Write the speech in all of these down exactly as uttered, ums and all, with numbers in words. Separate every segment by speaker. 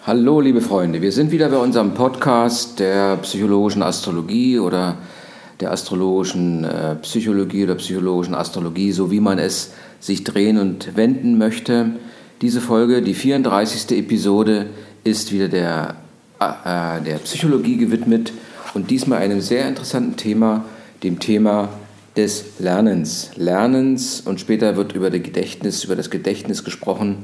Speaker 1: Hallo liebe Freunde, wir sind wieder bei unserem Podcast der psychologischen Astrologie oder der astrologischen äh, Psychologie oder psychologischen Astrologie, so wie man es sich drehen und wenden möchte. Diese Folge, die vierunddreißigste Episode, ist wieder der, äh, der Psychologie gewidmet und diesmal einem sehr interessanten Thema, dem Thema des Lernens. Lernens und später wird über das Gedächtnis, über das Gedächtnis gesprochen.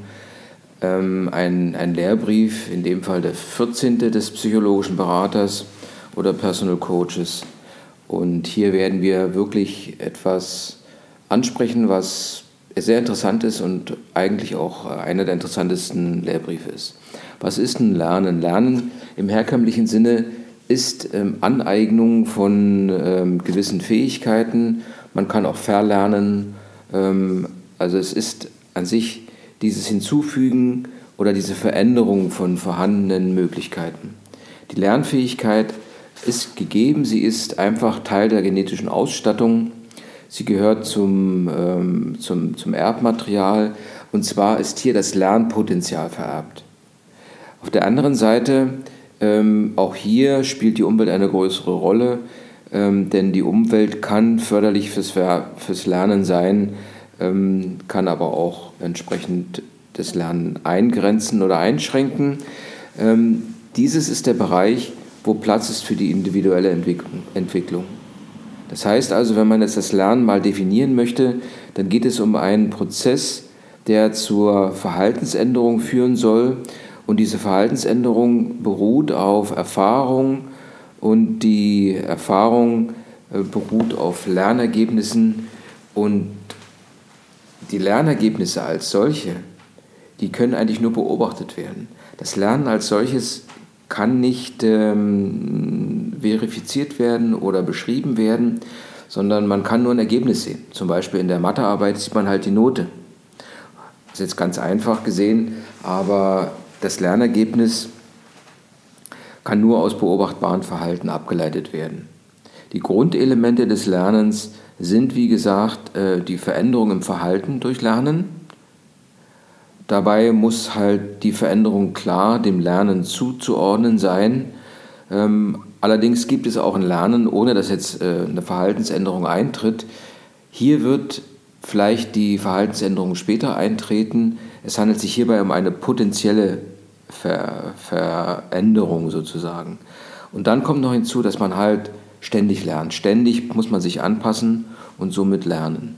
Speaker 1: Ein, ein Lehrbrief, in dem Fall der vierzehnte des psychologischen Beraters oder Personal Coaches. Und hier werden wir wirklich etwas ansprechen, was sehr interessant ist und eigentlich auch einer der interessantesten Lehrbriefe ist. Was ist ein Lernen? Lernen im herkömmlichen Sinne ist ähm, Aneignung von ähm, gewissen Fähigkeiten. Man kann auch verlernen. Ähm, also es ist an sich dieses Hinzufügen oder diese Veränderung von vorhandenen Möglichkeiten. Die Lernfähigkeit ist gegeben, sie ist einfach Teil der genetischen Ausstattung, sie gehört zum, ähm, zum, zum Erbmaterial und zwar ist hier das Lernpotenzial vererbt. Auf der anderen Seite, ähm, auch hier spielt die Umwelt eine größere Rolle, ähm, denn die Umwelt kann förderlich fürs, fürs Lernen sein, kann aber auch entsprechend das Lernen eingrenzen oder einschränken. Dieses ist der Bereich, wo Platz ist für die individuelle Entwicklung. Das heißt also, wenn man jetzt das Lernen mal definieren möchte, dann geht es um einen Prozess, der zur Verhaltensänderung führen soll. Und diese Verhaltensänderung beruht auf Erfahrung und die Erfahrung beruht auf Lernergebnissen und die Lernergebnisse als solche, die können eigentlich nur beobachtet werden. Das Lernen als solches kann nicht ähm, verifiziert werden oder beschrieben werden, sondern man kann nur ein Ergebnis sehen. Zum Beispiel in der Mathearbeit sieht man halt die Note. Das ist jetzt ganz einfach gesehen, aber das Lernergebnis kann nur aus beobachtbarem Verhalten abgeleitet werden. Die Grundelemente des Lernens sind, wie gesagt, die Veränderung im Verhalten durch Lernen. Dabei muss halt die Veränderung klar dem Lernen zuzuordnen sein. Allerdings gibt es auch ein Lernen, ohne dass jetzt eine Verhaltensänderung eintritt. Hier wird vielleicht die Verhaltensänderung später eintreten. Es handelt sich hierbei um eine potenzielle Ver- Veränderung sozusagen. Und dann kommt noch hinzu, dass man halt ständig lernt. Ständig muss man sich anpassen und somit lernen.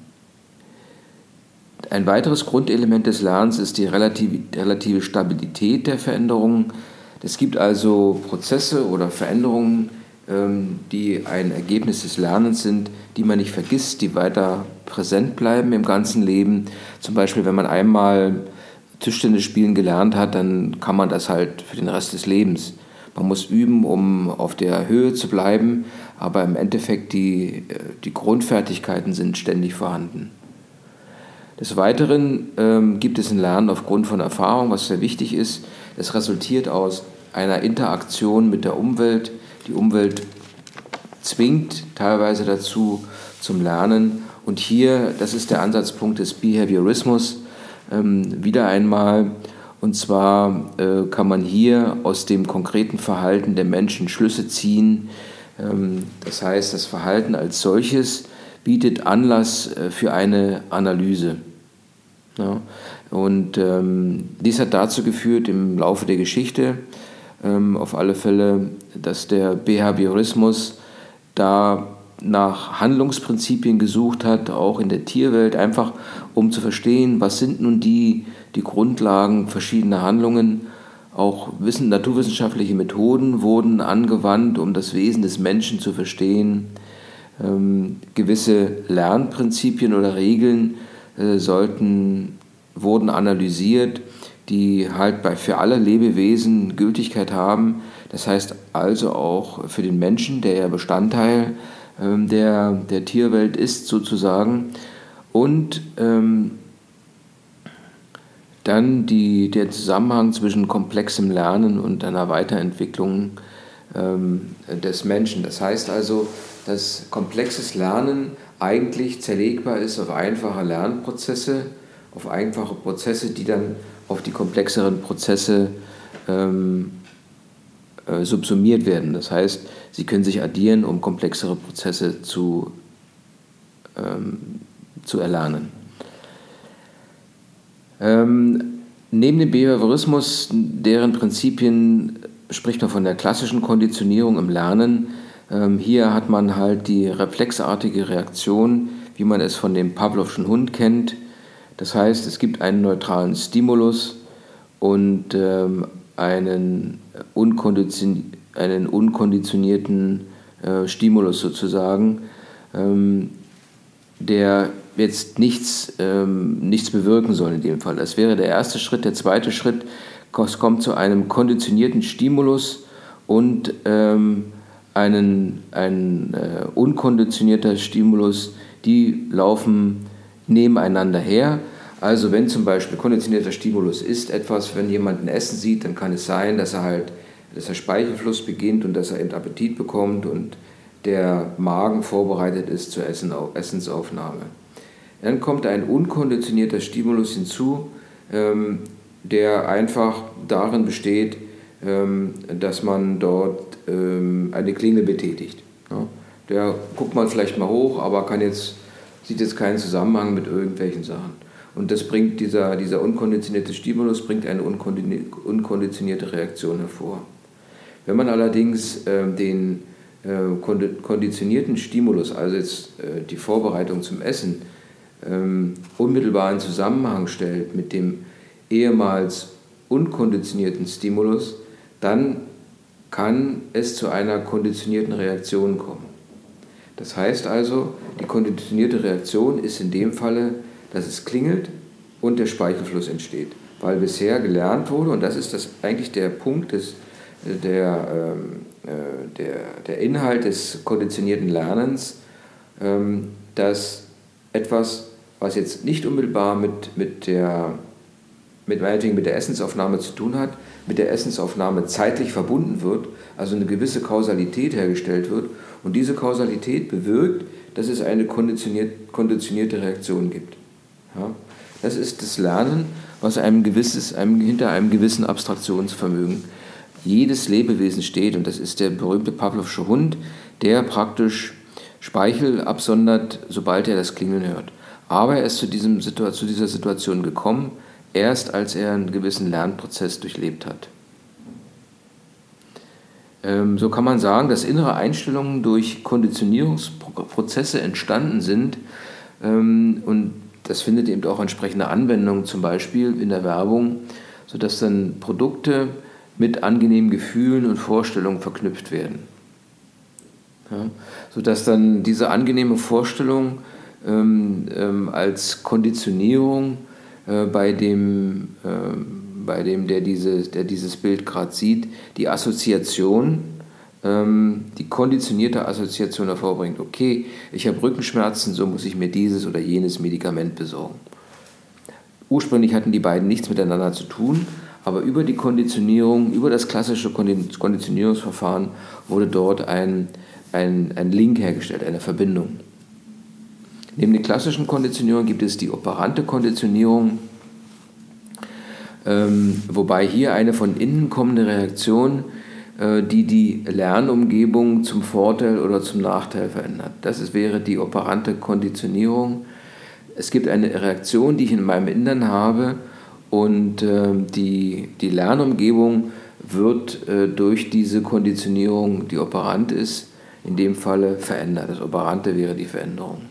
Speaker 1: Ein weiteres Grundelement des Lernens ist die relative, relative Stabilität der Veränderungen. Es gibt also Prozesse oder Veränderungen, die ein Ergebnis des Lernens sind, die man nicht vergisst, die weiter präsent bleiben im ganzen Leben. Zum Beispiel, wenn man einmal Tischtennis spielen gelernt hat, dann kann man das halt für den Rest des Lebens. Man muss üben, um auf der Höhe zu bleiben, aber im Endeffekt die, die Grundfertigkeiten sind ständig vorhanden. Des Weiteren ähm, gibt es ein Lernen aufgrund von Erfahrung, was sehr wichtig ist. Es resultiert aus einer Interaktion mit der Umwelt. Die Umwelt zwingt teilweise dazu zum Lernen. Und hier, das ist der Ansatzpunkt des Behaviorismus, ähm, wieder einmal. Und zwar äh, kann man hier aus dem konkreten Verhalten der Menschen Schlüsse ziehen. Ähm, das heißt, das Verhalten als solches bietet Anlass äh, für eine Analyse. Ja? Und ähm, dies hat dazu geführt im Laufe der Geschichte, ähm, auf alle Fälle, dass der Behaviorismus da nach Handlungsprinzipien gesucht hat, auch in der Tierwelt, einfach um zu verstehen, was sind nun die, die Grundlagen verschiedener Handlungen. Auch wissen, naturwissenschaftliche Methoden wurden angewandt, um das Wesen des Menschen zu verstehen. Ähm, gewisse Lernprinzipien oder Regeln äh, sollten, wurden analysiert, die halt bei, für alle Lebewesen Gültigkeit haben. Das heißt also auch für den Menschen, der ja Bestandteil ähm, der, der Tierwelt ist sozusagen. Und ähm, dann die, der Zusammenhang zwischen komplexem Lernen und einer Weiterentwicklung ähm, des Menschen. Das heißt also, dass komplexes Lernen eigentlich zerlegbar ist auf einfache Lernprozesse, auf einfache Prozesse, die dann auf die komplexeren Prozesse ähm, äh, subsumiert werden. Das heißt, sie können sich addieren, um komplexere Prozesse zu, ähm, zu erlernen. Ähm, neben dem Behaviorismus, deren Prinzipien spricht man von der klassischen Konditionierung im Lernen. Ähm, hier hat man halt die reflexartige Reaktion, wie man es von dem Pawlowschen Hund kennt. Das heißt, es gibt einen neutralen Stimulus und ähm, einen, unkonditionier- einen unkonditionierten äh, Stimulus sozusagen, ähm, der jetzt nichts, ähm, nichts bewirken soll in dem Fall. Das wäre der erste Schritt. Der zweite Schritt, es kommt zu einem konditionierten Stimulus und ähm, einen, ein äh, unkonditionierter Stimulus, die laufen nebeneinander her. Also wenn zum Beispiel konditionierter Stimulus ist etwas, wenn jemand ein Essen sieht, dann kann es sein, dass er halt, dass der Speichelfluss beginnt und dass er eben Appetit bekommt und der Magen vorbereitet ist zur Essen, Essensaufnahme. Dann kommt ein unkonditionierter Stimulus hinzu, ähm, der einfach darin besteht, ähm, dass man dort ähm, eine Klingel betätigt. Ja? Der guckt man vielleicht mal hoch, aber kann jetzt, sieht jetzt keinen Zusammenhang mit irgendwelchen Sachen. Und das bringt dieser, dieser unkonditionierte Stimulus bringt eine unkonditionierte Reaktion hervor. Wenn man allerdings äh, den äh, konditionierten Stimulus, also jetzt äh, die Vorbereitung zum Essen, ähm, unmittelbar in Zusammenhang stellt mit dem ehemals unkonditionierten Stimulus, dann kann es zu einer konditionierten Reaktion kommen. Das heißt also, die konditionierte Reaktion ist in dem Falle, dass es klingelt und der Speichelfluss entsteht. Weil bisher gelernt wurde, und das ist das eigentlich der Punkt, des, der, äh, der, der Inhalt des konditionierten Lernens, ähm, dass etwas, was jetzt nicht unmittelbar mit, mit, der, mit, mit der Essensaufnahme zu tun hat, mit der Essensaufnahme zeitlich verbunden wird, also eine gewisse Kausalität hergestellt wird. Und diese Kausalität bewirkt, dass es eine konditioniert, konditionierte Reaktion gibt. Ja? Das ist das Lernen, was einem gewisses, einem, hinter einem gewissen Abstraktionsvermögen jedes Lebewesen steht. Und das ist der berühmte Pawlowsche Hund, der praktisch Speichel absondert, sobald er das Klingeln hört. Aber er ist zu, diesem, zu dieser Situation gekommen, erst als er einen gewissen Lernprozess durchlebt hat. Ähm, so kann man sagen, dass innere Einstellungen durch Konditionierungsprozesse entstanden sind, ähm, und das findet eben auch entsprechende Anwendung, zum Beispiel in der Werbung, sodass dann Produkte mit angenehmen Gefühlen und Vorstellungen verknüpft werden. Ja, sodass dann diese angenehme Vorstellung ähm, ähm, als Konditionierung äh, bei dem, äh, bei dem der, diese, der dieses Bild gerade sieht, die Assoziation, ähm, die konditionierte Assoziation hervorbringt. Okay, ich habe Rückenschmerzen, so muss ich mir dieses oder jenes Medikament besorgen. Ursprünglich hatten die beiden nichts miteinander zu tun, aber über die Konditionierung, über das klassische Konditionierungsverfahren wurde dort ein, ein, ein Link hergestellt, eine Verbindung. Neben der klassischen Konditionierung gibt es die operante Konditionierung, ähm, wobei hier eine von innen kommende Reaktion, äh, die die Lernumgebung zum Vorteil oder zum Nachteil verändert. Das ist, wäre die operante Konditionierung. Es gibt eine Reaktion, die ich in meinem Innern habe, und äh, die, die Lernumgebung wird äh, durch diese Konditionierung, die operant ist, in dem Falle verändert. Das Operante wäre die Veränderung.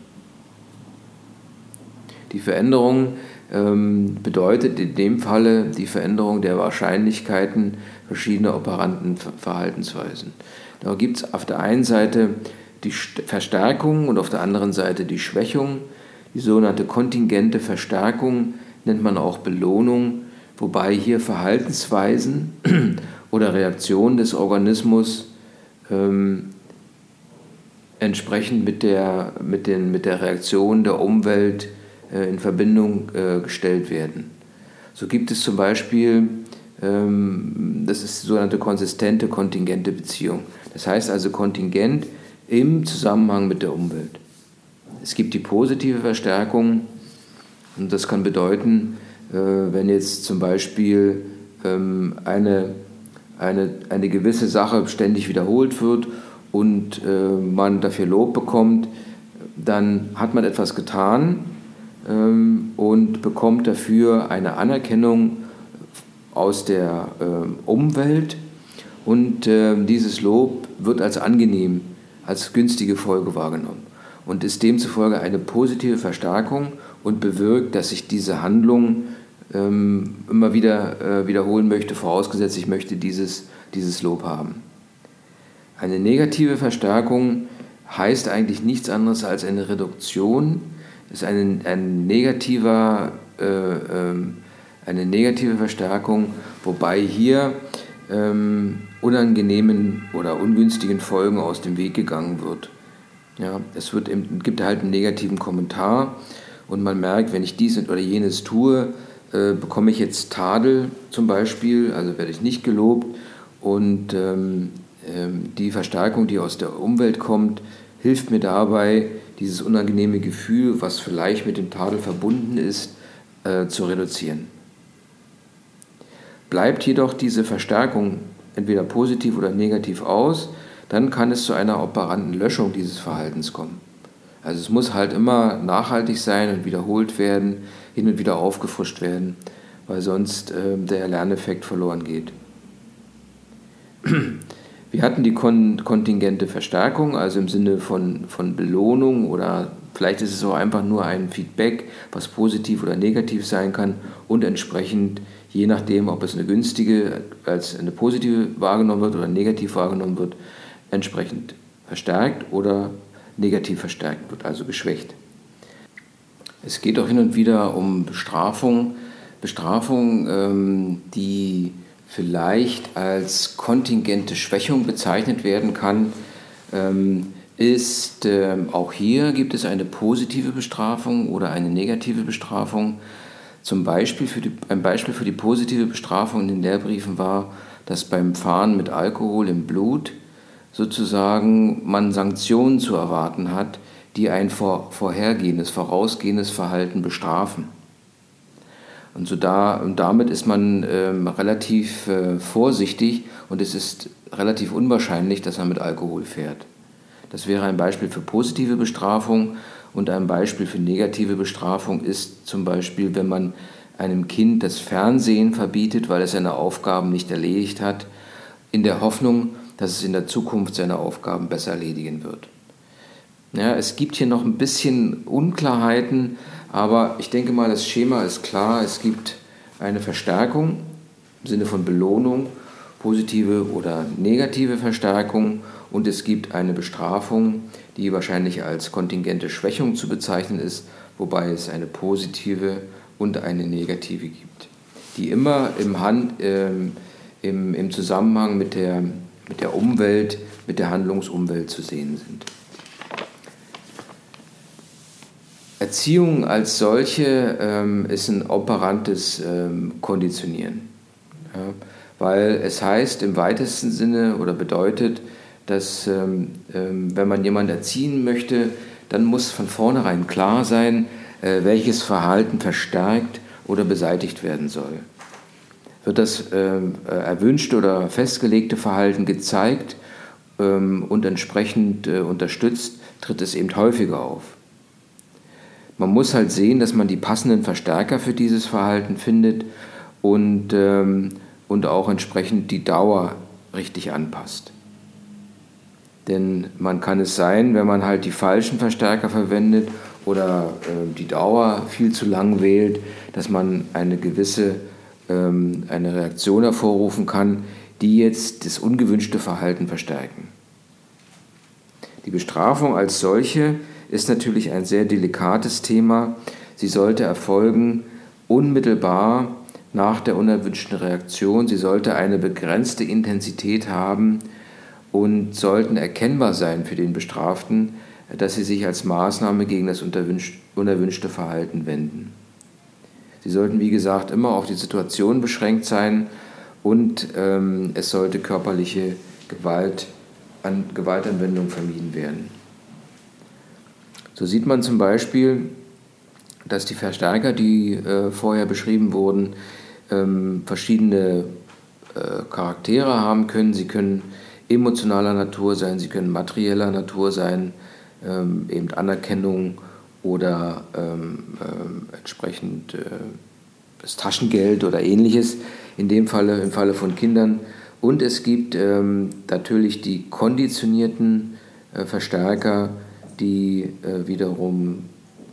Speaker 1: Die Veränderung ähm, bedeutet in dem Falle die Veränderung der Wahrscheinlichkeiten verschiedener operanten Verhaltensweisen. Da gibt es auf der einen Seite die Verstärkung und auf der anderen Seite die Schwächung. Die sogenannte kontingente Verstärkung nennt man auch Belohnung, wobei hier Verhaltensweisen oder Reaktionen des Organismus ähm, entsprechend mit der, mit, den, mit der Reaktion der Umwelt äh, in Verbindung äh, gestellt werden. So gibt es zum Beispiel, ähm, das ist die sogenannte konsistente kontingente Beziehung. Das heißt also kontingent im Zusammenhang mit der Umwelt. Es gibt die positive Verstärkung, und das kann bedeuten, äh, wenn jetzt zum Beispiel ähm, eine, eine, eine gewisse Sache ständig wiederholt wird und äh, man dafür Lob bekommt, dann hat man etwas getan ähm, und bekommt dafür eine Anerkennung aus der äh, Umwelt und äh, dieses Lob wird als angenehm, als günstige Folge wahrgenommen und ist demzufolge eine positive Verstärkung und bewirkt, dass ich diese Handlung ähm, immer wieder äh, wiederholen möchte, vorausgesetzt ich möchte dieses, dieses Lob haben. Eine negative Verstärkung heißt eigentlich nichts anderes als eine Reduktion, ist ein, ein negativer, äh, ähm, eine negative Verstärkung, wobei hier ähm, unangenehmen oder ungünstigen Folgen aus dem Weg gegangen wird. Ja, es wird eben, gibt halt einen negativen Kommentar und man merkt, wenn ich dies oder jenes tue, äh, bekomme ich jetzt Tadel zum Beispiel, also werde ich nicht gelobt und ähm, ähm, die Verstärkung, die aus der Umwelt kommt, hilft mir dabei, dieses unangenehme Gefühl, was vielleicht mit dem Tadel verbunden ist, äh, zu reduzieren. Bleibt jedoch diese Verstärkung entweder positiv oder negativ aus, dann kann es zu einer operanten Löschung dieses Verhaltens kommen. Also es muss halt immer nachhaltig sein und wiederholt werden, hin und wieder aufgefrischt werden, weil sonst äh, der Lerneffekt verloren geht. Wir hatten die kon- kontingente Verstärkung, also im Sinne von, von Belohnung oder vielleicht ist es auch einfach nur ein Feedback, was positiv oder negativ sein kann und entsprechend, je nachdem, ob es eine günstige als eine positive wahrgenommen wird oder negativ wahrgenommen wird, entsprechend verstärkt oder negativ verstärkt wird, also geschwächt. Es geht auch hin und wieder um Bestrafung, Bestrafung, ähm, die vielleicht als kontingente Schwächung bezeichnet werden kann, ähm, ist, äh, auch hier gibt es eine positive Bestrafung oder eine negative Bestrafung. Zum Beispiel für die, ein Beispiel für die positive Bestrafung in den Lehrbriefen war, dass beim Fahren mit Alkohol im Blut sozusagen man Sanktionen zu erwarten hat, die ein vor, vorhergehendes, vorausgehendes Verhalten bestrafen. Und, so da, und damit ist man ähm, relativ äh, vorsichtig und es ist relativ unwahrscheinlich, dass man mit Alkohol fährt. Das wäre ein Beispiel für positive Bestrafung und ein Beispiel für negative Bestrafung ist zum Beispiel, wenn man einem Kind das Fernsehen verbietet, weil es seine Aufgaben nicht erledigt hat, in der Hoffnung, dass es in der Zukunft seine Aufgaben besser erledigen wird. Ja, es gibt hier noch ein bisschen Unklarheiten, aber ich denke mal, das Schema ist klar. Es gibt eine Verstärkung im Sinne von Belohnung, positive oder negative Verstärkung und es gibt eine Bestrafung, die wahrscheinlich als kontingente Schwächung zu bezeichnen ist, wobei es eine positive und eine negative gibt, die immer im, Hand, äh, im, im Zusammenhang mit der, mit der Umwelt, mit der Handlungsumwelt zu sehen sind. Erziehung als solche ähm, ist ein operantes ähm, Konditionieren, ja, weil es heißt im weitesten Sinne oder bedeutet, dass ähm, ähm, wenn man jemanden erziehen möchte, dann muss von vornherein klar sein, äh, welches Verhalten verstärkt oder beseitigt werden soll. Wird das ähm, erwünschte oder festgelegte Verhalten gezeigt ähm, und entsprechend äh, unterstützt, tritt es eben häufiger auf. Man muss halt sehen, dass man die passenden Verstärker für dieses Verhalten findet und, ähm, und auch entsprechend die Dauer richtig anpasst. Denn man kann es sein, wenn man halt die falschen Verstärker verwendet oder äh, die Dauer viel zu lang wählt, dass man eine gewisse ähm, eine Reaktion hervorrufen kann, die jetzt das ungewünschte Verhalten verstärken. Die Bestrafung als solche ist natürlich ein sehr delikates Thema. Sie sollte erfolgen unmittelbar nach der unerwünschten Reaktion. Sie sollte eine begrenzte Intensität haben und sollten erkennbar sein für den Bestraften, dass sie sich als Maßnahme gegen das unerwünschte Verhalten wenden. Sie sollten, wie gesagt, immer auf die Situation beschränkt sein und ähm, es sollte körperliche Gewalt an Gewaltanwendung vermieden werden. So sieht man zum Beispiel, dass die Verstärker, die äh, vorher beschrieben wurden, ähm, verschiedene äh, Charaktere haben können. Sie können emotionaler Natur sein, sie können materieller Natur sein, ähm, eben Anerkennung oder ähm, ähm, entsprechend äh, das Taschengeld oder ähnliches, in dem Falle, im Falle von Kindern. Und es gibt ähm, natürlich die konditionierten äh, Verstärker, die äh, wiederum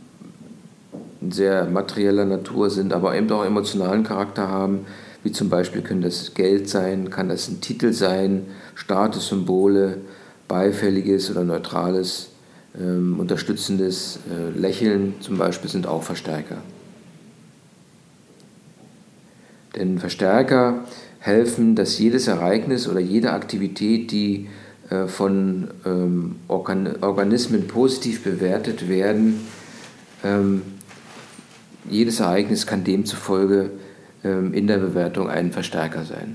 Speaker 1: sehr materieller Natur sind, aber eben auch emotionalen Charakter haben, wie zum Beispiel können das Geld sein, kann das ein Titel sein, Statussymbole, beifälliges oder neutrales, ähm, unterstützendes äh, Lächeln zum Beispiel sind auch Verstärker. Denn Verstärker helfen, dass jedes Ereignis oder jede Aktivität, die äh, von ähm, Organ- Organismen positiv bewertet werden, ähm, jedes Ereignis kann demzufolge ähm, in der Bewertung ein Verstärker sein.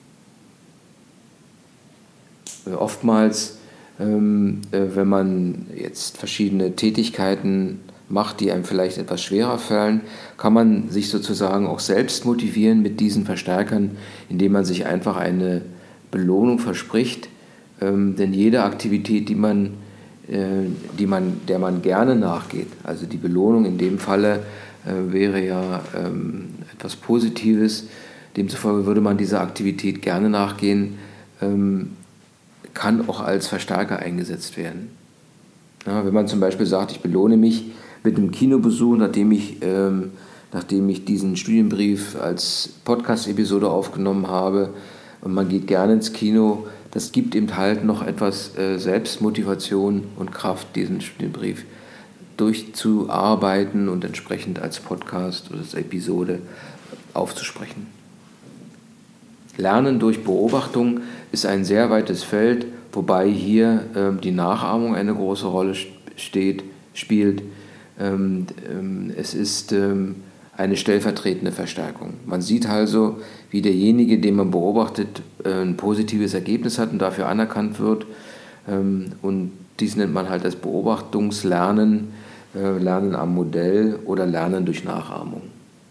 Speaker 1: Äh, oftmals, ähm, äh, wenn man jetzt verschiedene Tätigkeiten macht, die einem vielleicht etwas schwerer fallen, kann man sich sozusagen auch selbst motivieren mit diesen Verstärkern, indem man sich einfach eine Belohnung verspricht. Ähm, denn jede Aktivität, die man, äh, die man, der man gerne nachgeht, also die Belohnung in dem Falle äh, wäre ja ähm, etwas Positives, demzufolge würde man dieser Aktivität gerne nachgehen, ähm, kann auch als Verstärker eingesetzt werden. Ja, wenn man zum Beispiel sagt, ich belohne mich mit einem Kinobesuch, nachdem ich, ähm, nachdem ich diesen Studienbrief als Podcast-Episode aufgenommen habe und man geht gerne ins Kino, das gibt eben halt noch etwas äh, Selbstmotivation und Kraft, diesen Studienbrief durchzuarbeiten und entsprechend als Podcast oder als Episode aufzusprechen. Lernen durch Beobachtung ist ein sehr weites Feld, wobei hier ähm, die Nachahmung eine große Rolle steht, spielt. Ähm, ähm, es ist ähm, eine stellvertretende Verstärkung. Man sieht also, wie derjenige, den man beobachtet, äh, ein positives Ergebnis hat und dafür anerkannt wird. Ähm, und dies nennt man halt als Beobachtungslernen, äh, Lernen am Modell oder Lernen durch Nachahmung.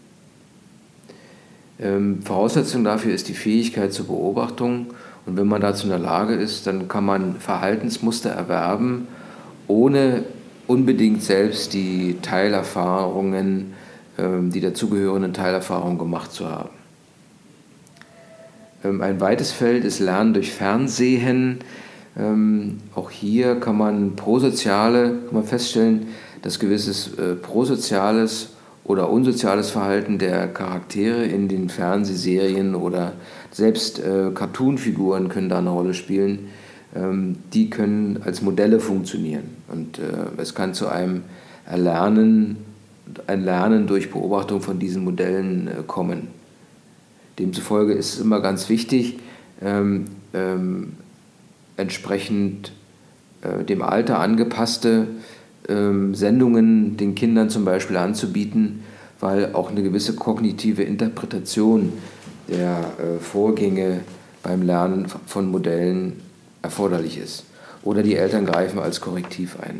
Speaker 1: Ähm, Voraussetzung dafür ist die Fähigkeit zur Beobachtung und wenn man dazu in der Lage ist, dann kann man Verhaltensmuster erwerben, ohne unbedingt selbst die Teilerfahrungen, ähm, die dazugehörenden Teilerfahrungen gemacht zu haben. Ähm, ein weites Feld ist Lernen durch Fernsehen. Ähm, auch hier kann man prosoziale, kann man feststellen, dass gewisses äh, prosoziales oder unsoziales Verhalten der Charaktere in den Fernsehserien oder selbst äh, Cartoonfiguren können da eine Rolle spielen. Ähm, die können als Modelle funktionieren und äh, es kann zu einem Erlernen, ein Lernen durch Beobachtung von diesen Modellen äh, kommen. Demzufolge ist es immer ganz wichtig, ähm, ähm, entsprechend äh, dem Alter angepasste ähm, Sendungen den Kindern zum Beispiel anzubieten, weil auch eine gewisse kognitive Interpretation der äh, Vorgänge beim Lernen von Modellen erforderlich ist. Oder die Eltern greifen als Korrektiv ein.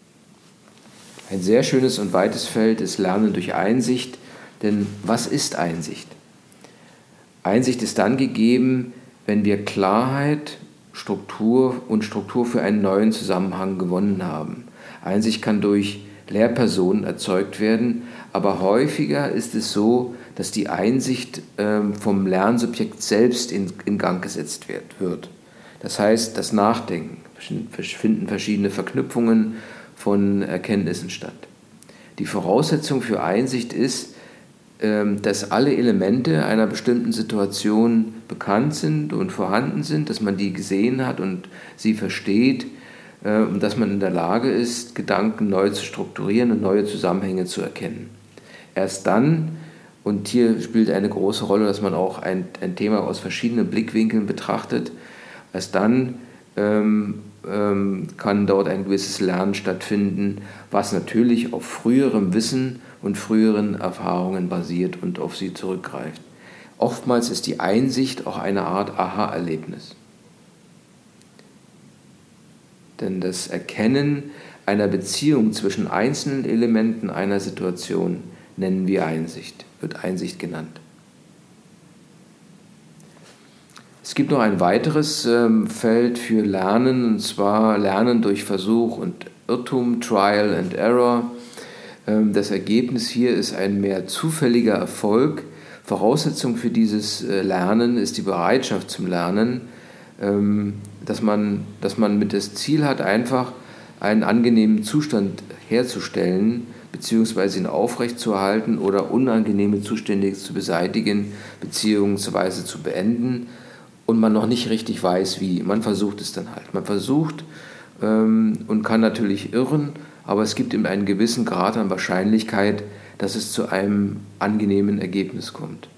Speaker 1: Ein sehr schönes und weites Feld ist Lernen durch Einsicht, denn was ist Einsicht? Einsicht ist dann gegeben, wenn wir Klarheit, Struktur und Struktur für einen neuen Zusammenhang gewonnen haben. Einsicht kann durch Lehrpersonen erzeugt werden, aber häufiger ist es so, dass die Einsicht ähm, vom Lernsubjekt selbst in, in Gang gesetzt wird. Das heißt, das Nachdenken, finden verschiedene Verknüpfungen von Erkenntnissen statt. Die Voraussetzung für Einsicht ist, dass alle Elemente einer bestimmten Situation bekannt sind und vorhanden sind, dass man die gesehen hat und sie versteht und dass man in der Lage ist, Gedanken neu zu strukturieren und neue Zusammenhänge zu erkennen. Erst dann, und hier spielt eine große Rolle, dass man auch ein, ein Thema aus verschiedenen Blickwinkeln betrachtet, erst dann ähm, ähm, kann dort ein gewisses Lernen stattfinden, was natürlich auf früherem Wissen und früheren Erfahrungen basiert und auf sie zurückgreift. Oftmals ist die Einsicht auch eine Art Aha-Erlebnis. Denn das Erkennen einer Beziehung zwischen einzelnen Elementen einer Situation nennen wir Einsicht, wird Einsicht genannt. Es gibt noch ein weiteres ähm, Feld für Lernen, und zwar Lernen durch Versuch und Irrtum, Trial and Error. Ähm, das Ergebnis hier ist ein mehr zufälliger Erfolg. Voraussetzung für dieses äh, Lernen ist die Bereitschaft zum Lernen, ähm, dass man, dass man mit das Ziel hat, einfach einen angenehmen Zustand herzustellen, beziehungsweise ihn aufrechtzuerhalten oder unangenehme Zustände zu beseitigen, beziehungsweise zu beenden, und man noch nicht richtig weiß, wie. Man versucht es dann halt. Man versucht ähm, und kann natürlich irren, aber es gibt eben einen gewissen Grad an Wahrscheinlichkeit, dass es zu einem angenehmen Ergebnis kommt.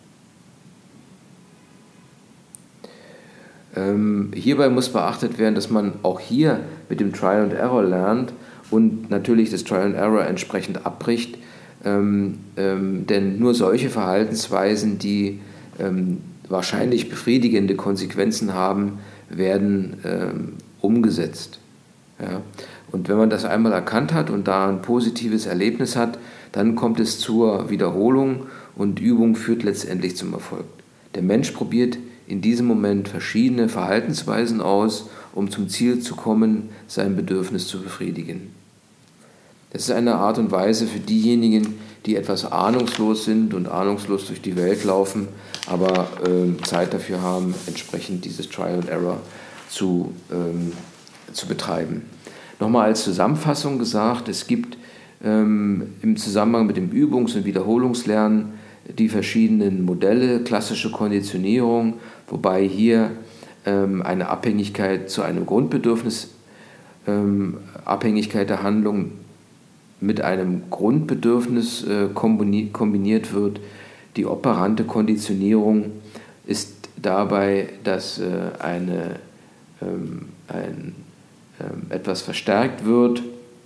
Speaker 1: Ähm, hierbei muss beachtet werden, dass man auch hier mit dem Trial and Error lernt und natürlich das Trial and Error entsprechend abbricht, ähm, ähm, denn nur solche Verhaltensweisen, die ähm, wahrscheinlich befriedigende Konsequenzen haben, werden ähm, umgesetzt. Ja? Und wenn man das einmal erkannt hat und da ein positives Erlebnis hat, dann kommt es zur Wiederholung und Übung führt letztendlich zum Erfolg. Der Mensch probiert in diesem Moment verschiedene Verhaltensweisen aus, um zum Ziel zu kommen, sein Bedürfnis zu befriedigen. Das ist eine Art und Weise für diejenigen, die etwas ahnungslos sind und ahnungslos durch die Welt laufen, aber äh, Zeit dafür haben, entsprechend dieses Trial and Error zu, ähm, zu betreiben. Nochmal als Zusammenfassung gesagt, es gibt ähm, im Zusammenhang mit dem Übungs- und Wiederholungslernen die verschiedenen Modelle, klassische Konditionierung, wobei hier ähm, eine Abhängigkeit zu einem Grundbedürfnis, ähm, Abhängigkeit der Handlung mit einem Grundbedürfnis äh, kombiniert wird. Die operante Konditionierung ist dabei, dass äh, eine, ähm, ein, ähm, etwas verstärkt wird,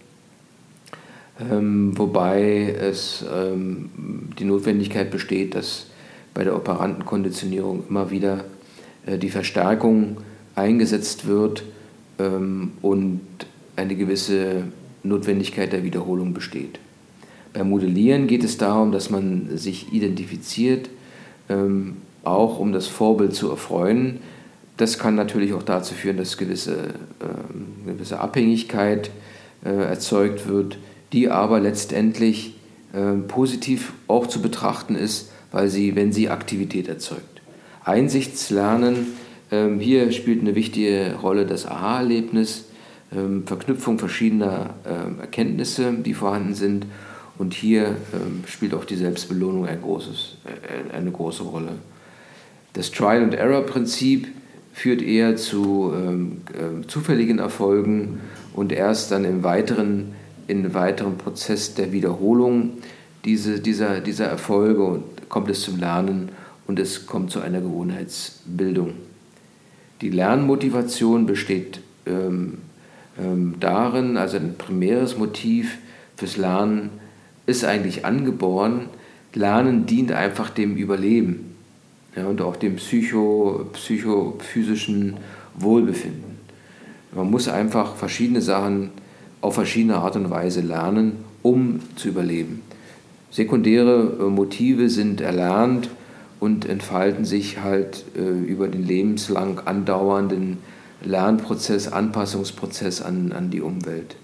Speaker 1: ähm, wobei es ähm, die Notwendigkeit besteht, dass bei der operanten Konditionierung immer wieder äh, die Verstärkung eingesetzt wird ähm, und eine gewisse Notwendigkeit der Wiederholung besteht. Beim Modellieren geht es darum, dass man sich identifiziert, ähm, auch um das Vorbild zu erfreuen. Das kann natürlich auch dazu führen, dass gewisse, äh, gewisse Abhängigkeit äh, erzeugt wird, die aber letztendlich äh, positiv auch zu betrachten ist, weil sie, wenn sie Aktivität erzeugt. Einsichtslernen, äh, hier spielt eine wichtige Rolle das Aha-Erlebnis, äh, Verknüpfung verschiedener äh, Erkenntnisse, die vorhanden sind. Und hier äh, spielt auch die Selbstbelohnung ein großes, äh, eine große Rolle. Das Trial-and-Error-Prinzip führt eher zu ähm, äh, zufälligen Erfolgen und erst dann im weiteren, im weiteren Prozess der Wiederholung diese, dieser, dieser Erfolge und kommt es zum Lernen und es kommt zu einer Gewohnheitsbildung. Die Lernmotivation besteht ähm, ähm, darin, also ein primäres Motiv fürs Lernen ist eigentlich angeboren. Lernen dient einfach dem Überleben, ja, und auch dem psycho, psychophysischen Wohlbefinden. Man muss einfach verschiedene Sachen auf verschiedene Art und Weise lernen, um zu überleben. Sekundäre Motive sind erlernt und entfalten sich halt äh, über den lebenslang andauernden Lernprozess, Anpassungsprozess an, an die Umwelt.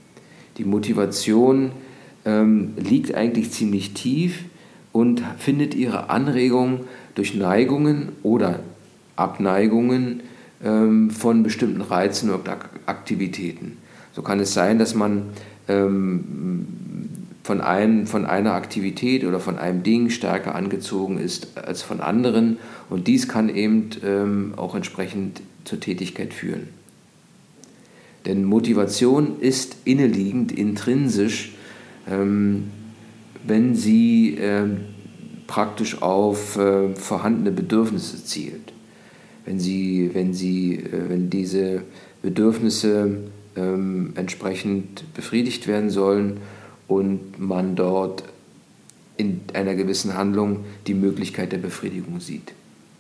Speaker 1: Die Motivation ähm, liegt eigentlich ziemlich tief und findet ihre Anregung durch Neigungen oder Abneigungen ähm, von bestimmten Reizen und Aktivitäten. So kann es sein, dass man ähm, von, einem, von einer Aktivität oder von einem Ding stärker angezogen ist als von anderen und dies kann eben ähm, auch entsprechend zur Tätigkeit führen. Denn Motivation ist inneliegend, intrinsisch, ähm, wenn sie ähm, praktisch auf äh, vorhandene Bedürfnisse zielt. Wenn, sie, wenn, sie, äh, wenn diese Bedürfnisse ähm, entsprechend befriedigt werden sollen und man dort in einer gewissen Handlung die Möglichkeit der Befriedigung sieht.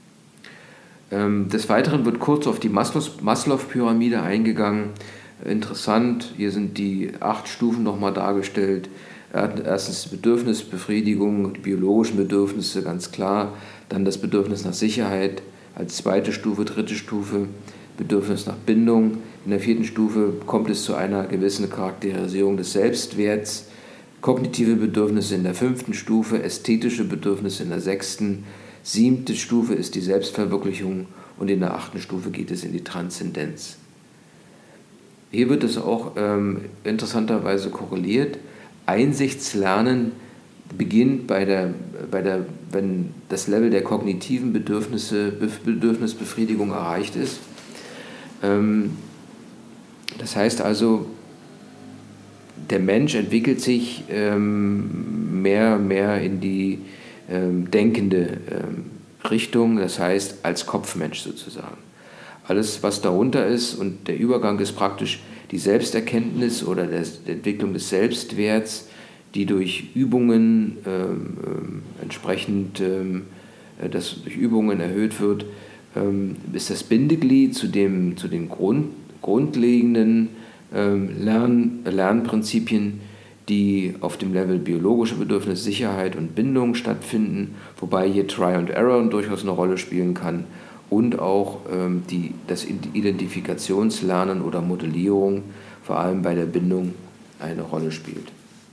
Speaker 1: Ähm, des Weiteren wird kurz auf die Maslow-Pyramide eingegangen. Interessant, hier sind die acht Stufen nochmal dargestellt. Erstens Bedürfnisbefriedigung, die biologischen Bedürfnisse, ganz klar. Dann das Bedürfnis nach Sicherheit, als zweite Stufe, dritte Stufe Bedürfnis nach Bindung. In der vierten Stufe kommt es zu einer gewissen Charakterisierung des Selbstwerts. Kognitive Bedürfnisse in der fünften Stufe, ästhetische Bedürfnisse in der sechsten, siebte Stufe ist die Selbstverwirklichung und in der achten Stufe geht es in die Transzendenz. Hier wird es auch ähm, interessanterweise korreliert. Einsichtslernen beginnt bei der, bei der, wenn das Level der kognitiven Bedürfnisse, Bedürfnisbefriedigung erreicht ist. Ähm, das heißt also, der Mensch entwickelt sich ähm, mehr, mehr in die ähm, denkende ähm, Richtung, das heißt als Kopfmensch sozusagen. Alles, was darunter ist, und der Übergang ist praktisch die Selbsterkenntnis oder der, die Entwicklung des Selbstwerts, die durch Übungen ähm, entsprechend ähm, das durch Übungen erhöht wird, ähm, ist das Bindeglied zu, dem, zu den Grund, grundlegenden ähm, Lern, Lernprinzipien, die auf dem Level biologische Bedürfnisse, Sicherheit und Bindung stattfinden, wobei hier Try and Error durchaus eine Rolle spielen kann und auch ähm, die, das Identifikationslernen oder Modellierung vor allem bei der Bindung eine Rolle spielt.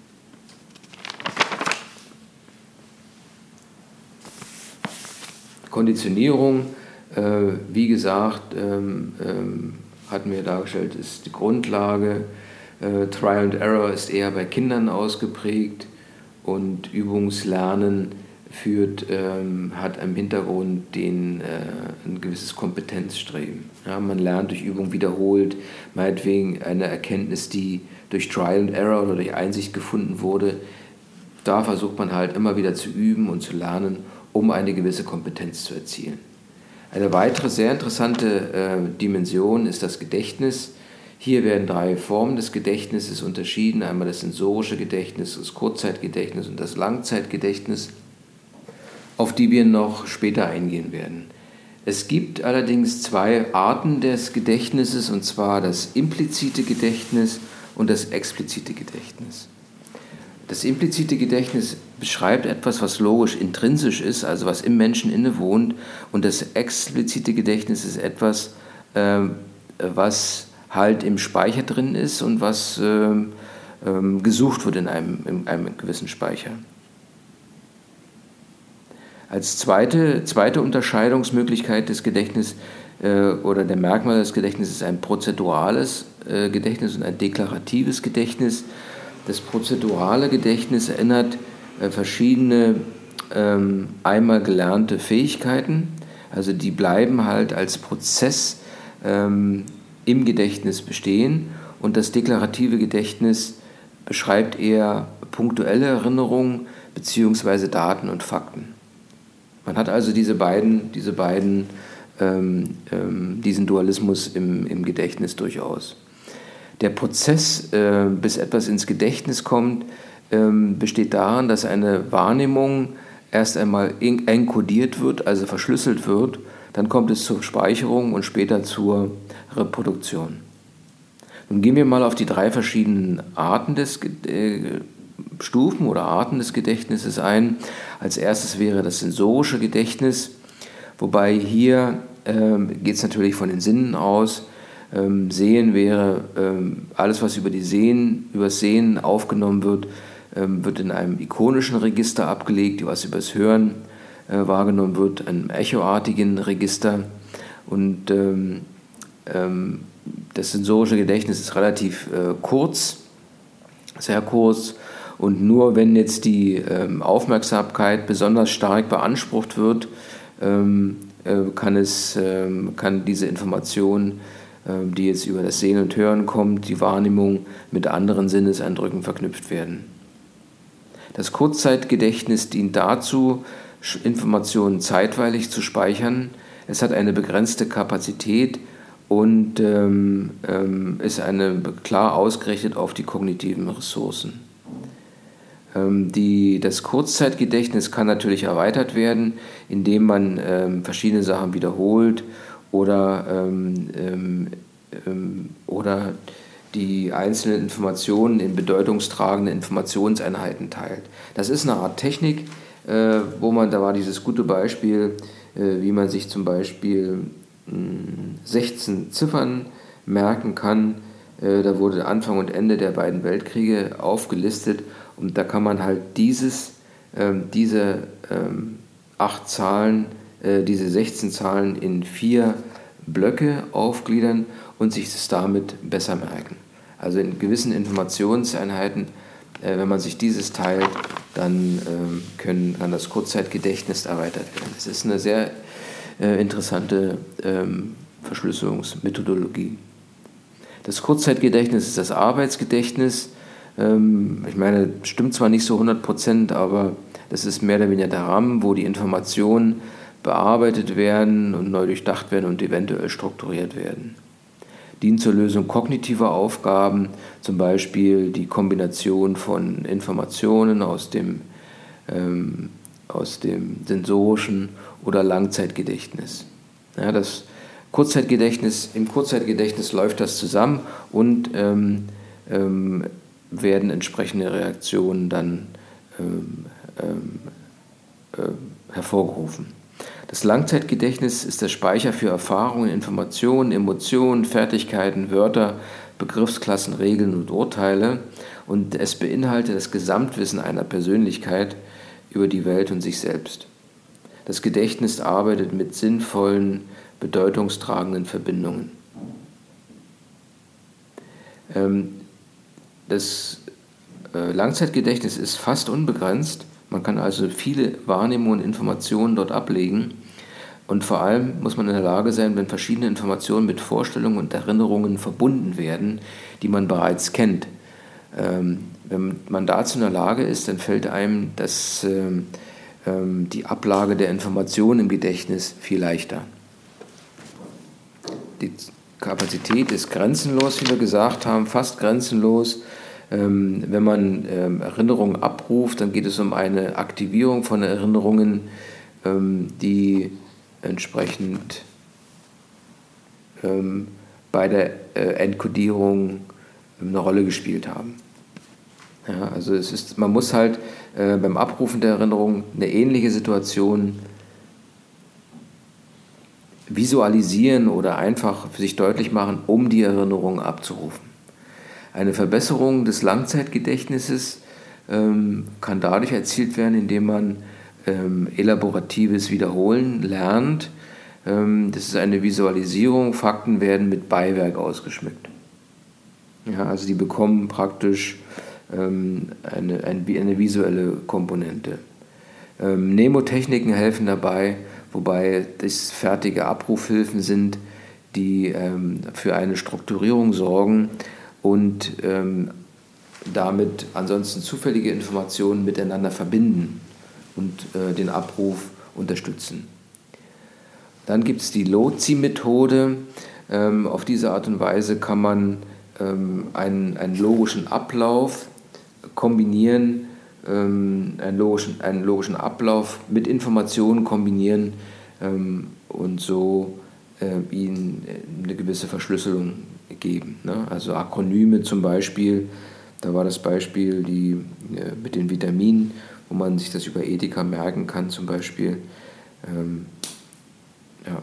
Speaker 1: Konditionierung, äh, wie gesagt, ähm, ähm, hatten wir dargestellt, ist die Grundlage. Äh, Try and Error ist eher bei Kindern ausgeprägt und Übungslernen führt, ähm, hat im Hintergrund den, äh, ein gewisses Kompetenzstreben. Ja, man lernt durch Übung wiederholt, meinetwegen eine Erkenntnis, die durch Try and Error oder durch Einsicht gefunden wurde. Da versucht man halt immer wieder zu üben und zu lernen, um eine gewisse Kompetenz zu erzielen. Eine weitere sehr interessante äh, Dimension ist das Gedächtnis. Hier werden drei Formen des Gedächtnisses unterschieden. Einmal das sensorische Gedächtnis, das Kurzzeitgedächtnis und das Langzeitgedächtnis, auf die wir noch später eingehen werden. Es gibt allerdings zwei Arten des Gedächtnisses, und zwar das implizite Gedächtnis und das explizite Gedächtnis. Das implizite Gedächtnis beschreibt etwas, was logisch intrinsisch ist, also was im Menschen innewohnt, und das explizite Gedächtnis ist etwas, äh, was halt im Speicher drin ist und was äh, äh, gesucht wird in einem, in einem gewissen Speicher. Als zweite, zweite Unterscheidungsmöglichkeit des Gedächtnisses äh, oder der Merkmal des Gedächtnisses ist ein prozedurales äh, Gedächtnis und ein deklaratives Gedächtnis. Das prozedurale Gedächtnis erinnert äh, verschiedene ähm, einmal gelernte Fähigkeiten, also die bleiben halt als Prozess ähm, im Gedächtnis bestehen, und das deklarative Gedächtnis beschreibt eher punktuelle Erinnerungen bzw. Daten und Fakten. Man hat also diese beiden, diese beiden ähm, ähm, diesen Dualismus im, im Gedächtnis durchaus. Der Prozess, äh, bis etwas ins Gedächtnis kommt, ähm, besteht darin, dass eine Wahrnehmung erst einmal enkodiert wird, also verschlüsselt wird, dann kommt es zur Speicherung und später zur Reproduktion. Nun gehen wir mal auf die drei verschiedenen Arten des äh, Stufen oder Arten des Gedächtnisses ein. Als erstes wäre das sensorische Gedächtnis, wobei hier ähm, geht es natürlich von den Sinnen aus. Ähm, Sehen wäre ähm, alles, was über die Sehen, über das Sehen aufgenommen wird, ähm, wird in einem ikonischen Register abgelegt, was über das Hören äh, wahrgenommen wird, einem echoartigen Register. Und ähm, ähm, das sensorische Gedächtnis ist relativ äh, kurz, sehr kurz, und nur wenn jetzt die ähm, Aufmerksamkeit besonders stark beansprucht wird, ähm, äh, kann, es, ähm, kann diese Information, die jetzt über das Sehen und Hören kommt, die Wahrnehmung mit anderen Sinneseindrücken verknüpft werden. Das Kurzzeitgedächtnis dient dazu, Informationen zeitweilig zu speichern. Es hat eine begrenzte Kapazität und ähm, ähm, ist eine, klar ausgerichtet auf die kognitiven Ressourcen. Ähm, die, das Kurzzeitgedächtnis kann natürlich erweitert werden, indem man ähm, verschiedene Sachen wiederholt oder, ähm, ähm, oder die einzelnen Informationen in bedeutungstragende Informationseinheiten teilt. Das ist eine Art Technik, äh, wo man, da war dieses gute Beispiel äh, wie man sich zum Beispiel mh, sechzehn Ziffern merken kann. Äh, da wurde Anfang und Ende der beiden Weltkriege aufgelistet und da kann man halt dieses, ähm, diese ähm, acht Zahlen, äh, diese sechzehn Zahlen in vier Blöcke aufgliedern und sich das damit besser merken. Also in gewissen Informationseinheiten, äh, wenn man sich dieses teilt, dann ähm, können, kann das Kurzzeitgedächtnis erweitert werden. Das ist eine sehr äh, interessante ähm, Verschlüsselungsmethodologie. Das Kurzzeitgedächtnis ist das Arbeitsgedächtnis. Ähm, ich meine, das stimmt zwar nicht so hundert Prozent, aber das ist mehr oder weniger der Rahmen, wo die Informationen bearbeitet werden und neu durchdacht werden und eventuell strukturiert werden. Dient zur Lösung kognitiver Aufgaben, zum Beispiel die Kombination von Informationen aus dem, ähm, aus dem sensorischen oder Langzeitgedächtnis. Ja, das Kurzzeitgedächtnis, im Kurzzeitgedächtnis läuft das zusammen und ähm, ähm, werden entsprechende Reaktionen dann ähm, ähm, äh, hervorgerufen. Das Langzeitgedächtnis ist der Speicher für Erfahrungen, Informationen, Emotionen, Fertigkeiten, Wörter, Begriffsklassen, Regeln und Urteile und es beinhaltet das Gesamtwissen einer Persönlichkeit über die Welt und sich selbst. Das Gedächtnis arbeitet mit sinnvollen, bedeutungstragenden Verbindungen. Das Langzeitgedächtnis ist fast unbegrenzt. Man kann also viele Wahrnehmungen und Informationen dort ablegen. Und vor allem muss man in der Lage sein, wenn verschiedene Informationen mit Vorstellungen und Erinnerungen verbunden werden, die man bereits kennt. Ähm, wenn man dazu in der Lage ist, dann fällt einem das, ähm, ähm, die Ablage der Informationen im Gedächtnis viel leichter. Die Kapazität ist grenzenlos, wie wir gesagt haben, fast grenzenlos. Ähm, wenn man ähm, Erinnerungen abruft, dann geht es um eine Aktivierung von Erinnerungen, ähm, die entsprechend ähm, bei der äh, Entkodierung eine Rolle gespielt haben. Ja, also es ist, man muss halt äh, beim Abrufen der Erinnerung eine ähnliche Situation visualisieren oder einfach für sich deutlich machen, um die Erinnerung abzurufen. Eine Verbesserung des Langzeitgedächtnisses ähm, kann dadurch erzielt werden, indem man ähm, elaboratives Wiederholen lernt. Ähm, das ist eine Visualisierung, Fakten werden mit Beiwerk ausgeschmückt. Ja, also die bekommen praktisch ähm, eine, eine, eine visuelle Komponente. Ähm, Mnemotechniken helfen dabei, wobei das fertige Abrufhilfen sind, die ähm, für eine Strukturierung sorgen und ähm, damit ansonsten zufällige Informationen miteinander verbinden und äh, den Abruf unterstützen. Dann gibt es die Lozi-Methode. Ähm, auf diese Art und Weise kann man ähm, einen, einen logischen Ablauf kombinieren, ähm, einen, logischen, einen logischen Ablauf mit Informationen kombinieren ähm, und so äh, ihnen eine gewisse Verschlüsselung geben. Ne? Also Akronyme zum Beispiel, da war das Beispiel die, äh, mit den Vitaminen, wo man sich das über Ethika merken kann zum Beispiel. Ähm, ja.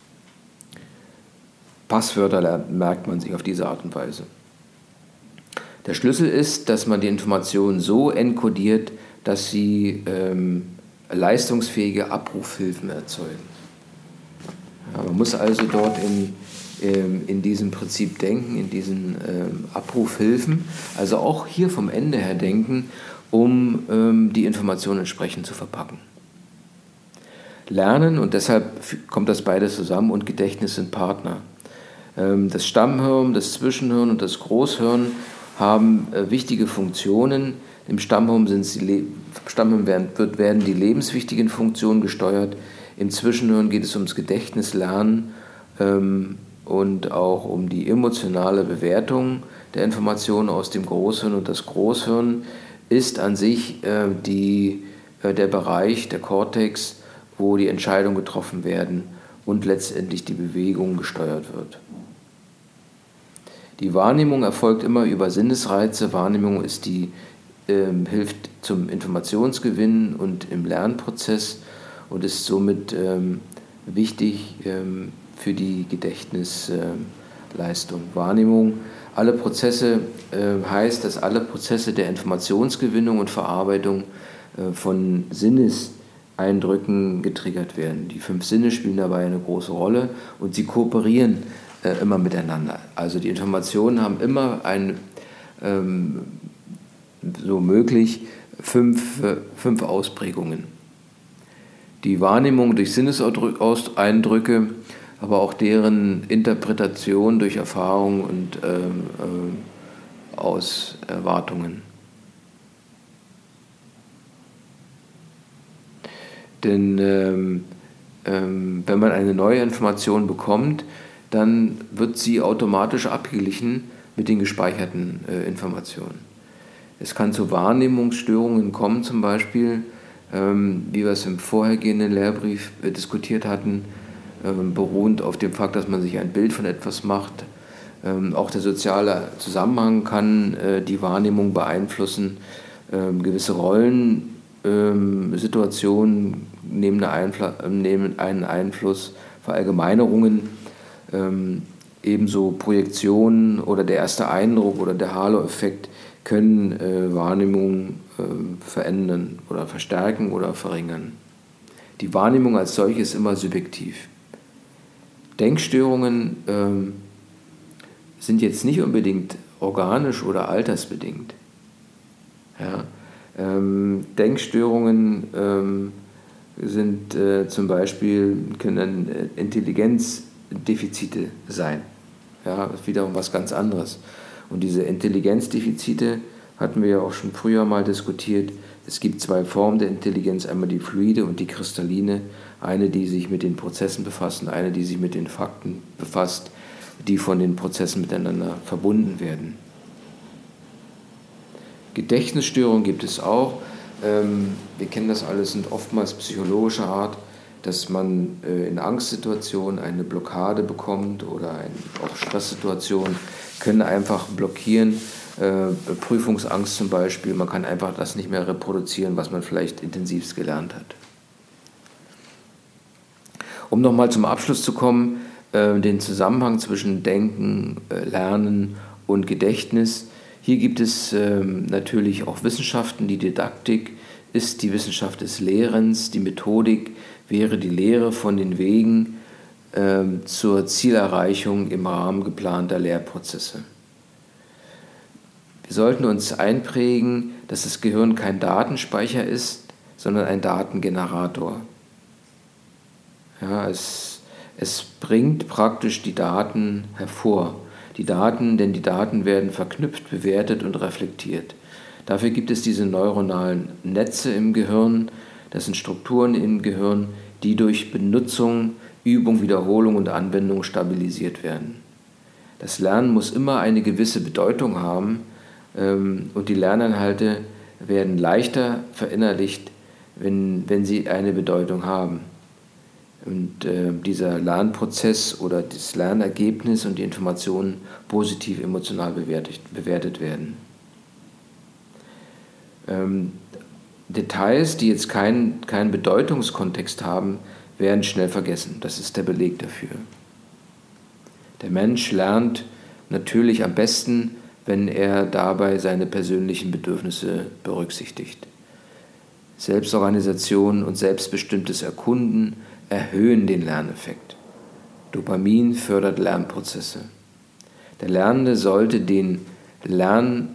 Speaker 1: Passwörter merkt man sich auf diese Art und Weise. Der Schlüssel ist, dass man die Informationen so enkodiert, dass sie ähm, leistungsfähige Abrufhilfen erzeugen. Ja, man muss also dort in, ähm, in diesem Prinzip denken, in diesen ähm, Abrufhilfen, also auch hier vom Ende her denken, um ähm, die Informationen entsprechend zu verpacken. Lernen, und deshalb kommt das beides zusammen, und Gedächtnis sind Partner. Ähm, das Stammhirn, das Zwischenhirn und das Großhirn haben äh, wichtige Funktionen. Im Stammhirn, sind die, Stammhirn werden, wird, werden die lebenswichtigen Funktionen gesteuert. Im Zwischenhirn geht es ums Gedächtnislernen ähm, und auch um die emotionale Bewertung der Informationen aus dem Großhirn. Und das Großhirn ist an sich äh, die, äh, der Bereich, der Kortex, wo die Entscheidungen getroffen werden und letztendlich die Bewegung gesteuert wird. Die Wahrnehmung erfolgt immer über Sinnesreize. Wahrnehmung ist die, äh, hilft zum Informationsgewinn und im Lernprozess und ist somit ähm, wichtig ähm, für die Gedächtnisleistung. Wahrnehmung, alle Prozesse äh, heißt, dass alle Prozesse der Informationsgewinnung und Verarbeitung äh, von Sinneseindrücken getriggert werden. Die fünf Sinne spielen dabei eine große Rolle und sie kooperieren äh, immer miteinander. Also die Informationen haben immer ein, ähm, so möglich fünf, äh, fünf Ausprägungen. Die Wahrnehmung durch Sinneseindrücke, aber auch deren Interpretation durch Erfahrung und ähm, äh, aus Erwartungen. Denn ähm, ähm, wenn man eine neue Information bekommt, dann wird sie automatisch abgeglichen mit den gespeicherten äh, Informationen. Es kann zu Wahrnehmungsstörungen kommen, zum Beispiel, ähm, wie wir es im vorhergehenden Lehrbrief äh, diskutiert hatten, ähm, beruhend auf dem Fakt, dass man sich ein Bild von etwas macht. Ähm, auch der soziale Zusammenhang kann äh, die Wahrnehmung beeinflussen. Ähm, gewisse Rollensituationen ähm, nehmen, eine Einfl- nehmen einen Einfluss, Verallgemeinerungen, ähm, ebenso Projektionen oder der erste Eindruck oder der Halo-Effekt können äh, Wahrnehmung äh, verändern oder verstärken oder verringern. Die Wahrnehmung als solche ist immer subjektiv. Denkstörungen ähm, sind jetzt nicht unbedingt organisch oder altersbedingt. Ja? Ähm, Denkstörungen ähm, sind äh, zum Beispiel, können äh, Intelligenzdefizite sein. Ja, das ist wiederum was ganz anderes. Und diese Intelligenzdefizite hatten wir ja auch schon früher mal diskutiert. Es gibt zwei Formen der Intelligenz, einmal die fluide und die kristalline. Eine, die sich mit den Prozessen befasst und eine, die sich mit den Fakten befasst, die von den Prozessen miteinander verbunden werden. Gedächtnisstörungen gibt es auch. Ähm, wir kennen das alles, sind oftmals psychologischer Art, dass man äh, in Angstsituationen eine Blockade bekommt oder ein, auch Stresssituationen können einfach blockieren. Äh, Prüfungsangst zum Beispiel, man kann einfach das nicht mehr reproduzieren, was man vielleicht intensivst gelernt hat. Um nochmal zum Abschluss zu kommen, äh, den Zusammenhang zwischen Denken, äh, Lernen und Gedächtnis. Hier gibt es äh, natürlich auch Wissenschaften. Die Didaktik ist die Wissenschaft des Lehrens, die Methodik wäre die Lehre von den Wegen äh, zur Zielerreichung im Rahmen geplanter Lehrprozesse. Wir sollten uns einprägen, dass das Gehirn kein Datenspeicher ist, sondern ein Datengenerator. Ja, es, es bringt praktisch die Daten hervor. Die Daten, denn die Daten werden verknüpft, bewertet und reflektiert. Dafür gibt es diese neuronalen Netze im Gehirn. Das sind Strukturen im Gehirn, die durch Benutzung, Übung, Wiederholung und Anwendung stabilisiert werden. Das Lernen muss immer eine gewisse Bedeutung haben ähm, und die Lerninhalte werden leichter verinnerlicht, wenn, wenn sie eine Bedeutung haben. Und äh, dieser Lernprozess oder das Lernergebnis und die Informationen positiv emotional bewertet, bewertet werden. Ähm, Details, die jetzt keinen keinen Bedeutungskontext haben, werden schnell vergessen. Das ist der Beleg dafür. Der Mensch lernt natürlich am besten, wenn er dabei seine persönlichen Bedürfnisse berücksichtigt. Selbstorganisation und selbstbestimmtes Erkunden erhöhen den Lerneffekt. Dopamin fördert Lernprozesse. Der Lernende sollte den Lern,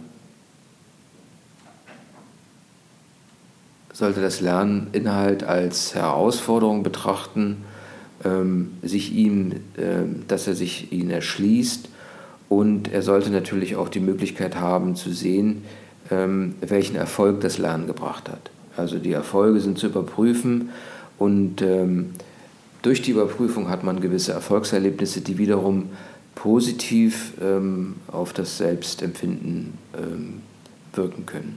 Speaker 1: sollte das Lerninhalt als Herausforderung betrachten, ähm, sich ihm, äh, dass er sich ihn erschließt, und er sollte natürlich auch die Möglichkeit haben zu sehen, ähm, welchen Erfolg das Lernen gebracht hat. Also die Erfolge sind zu überprüfen. Und ähm, durch die Überprüfung hat man gewisse Erfolgserlebnisse, die wiederum positiv ähm, auf das Selbstempfinden ähm, wirken können.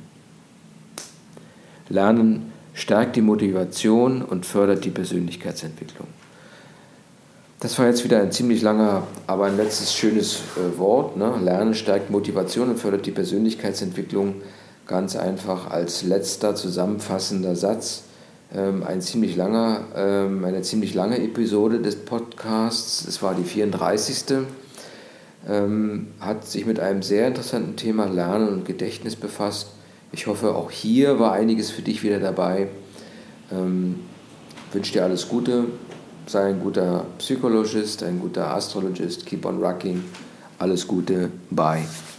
Speaker 1: Lernen stärkt die Motivation und fördert die Persönlichkeitsentwicklung. Das war jetzt wieder ein ziemlich langer, aber ein letztes schönes äh, Wort. Ne? Lernen stärkt Motivation und fördert die Persönlichkeitsentwicklung. Ganz einfach als letzter zusammenfassender Satz. ähm, ein ziemlich langer, ähm, eine ziemlich lange Episode des Podcasts. Es war die vierunddreißigste Ähm, hat sich mit einem sehr interessanten Thema Lernen und Gedächtnis befasst. Ich hoffe, auch hier war einiges für dich wieder dabei. Ähm, wünsche dir alles Gute. Sei ein guter Psychologist, ein guter Astrologist. Keep on rocking. Alles Gute. Bye.